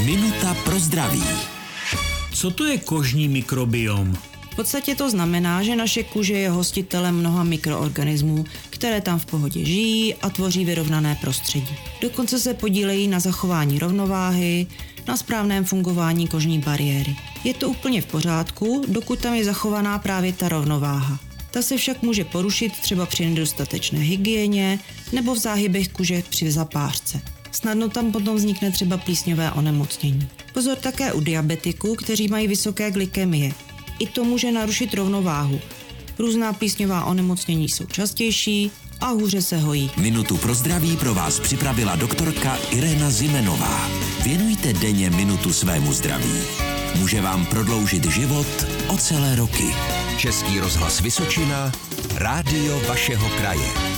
Minuta pro zdraví. Co to je kožní mikrobiom? V podstatě to znamená, že naše kůže je hostitelem mnoha mikroorganismů, které tam v pohodě žijí a tvoří vyrovnané prostředí. Dokonce se podílejí na zachování rovnováhy, na správném fungování kožní bariéry. Je to úplně v pořádku, dokud tam je zachovaná právě ta rovnováha. Ta se však může porušit třeba při nedostatečné hygieně nebo v záhybech kůže při zapářce. Snadno tam potom vznikne třeba plísňové onemocnění. Pozor také u diabetiků, kteří mají vysoké glykemie. I to může narušit rovnováhu. Různá plísňová onemocnění jsou častější a hůře se hojí. Minutu pro zdraví pro vás připravila doktorka Irena Zimenová. Věnujte denně minutu svému zdraví. Může vám prodloužit život o celé roky. Český rozhlas Vysočina, rádio vašeho kraje.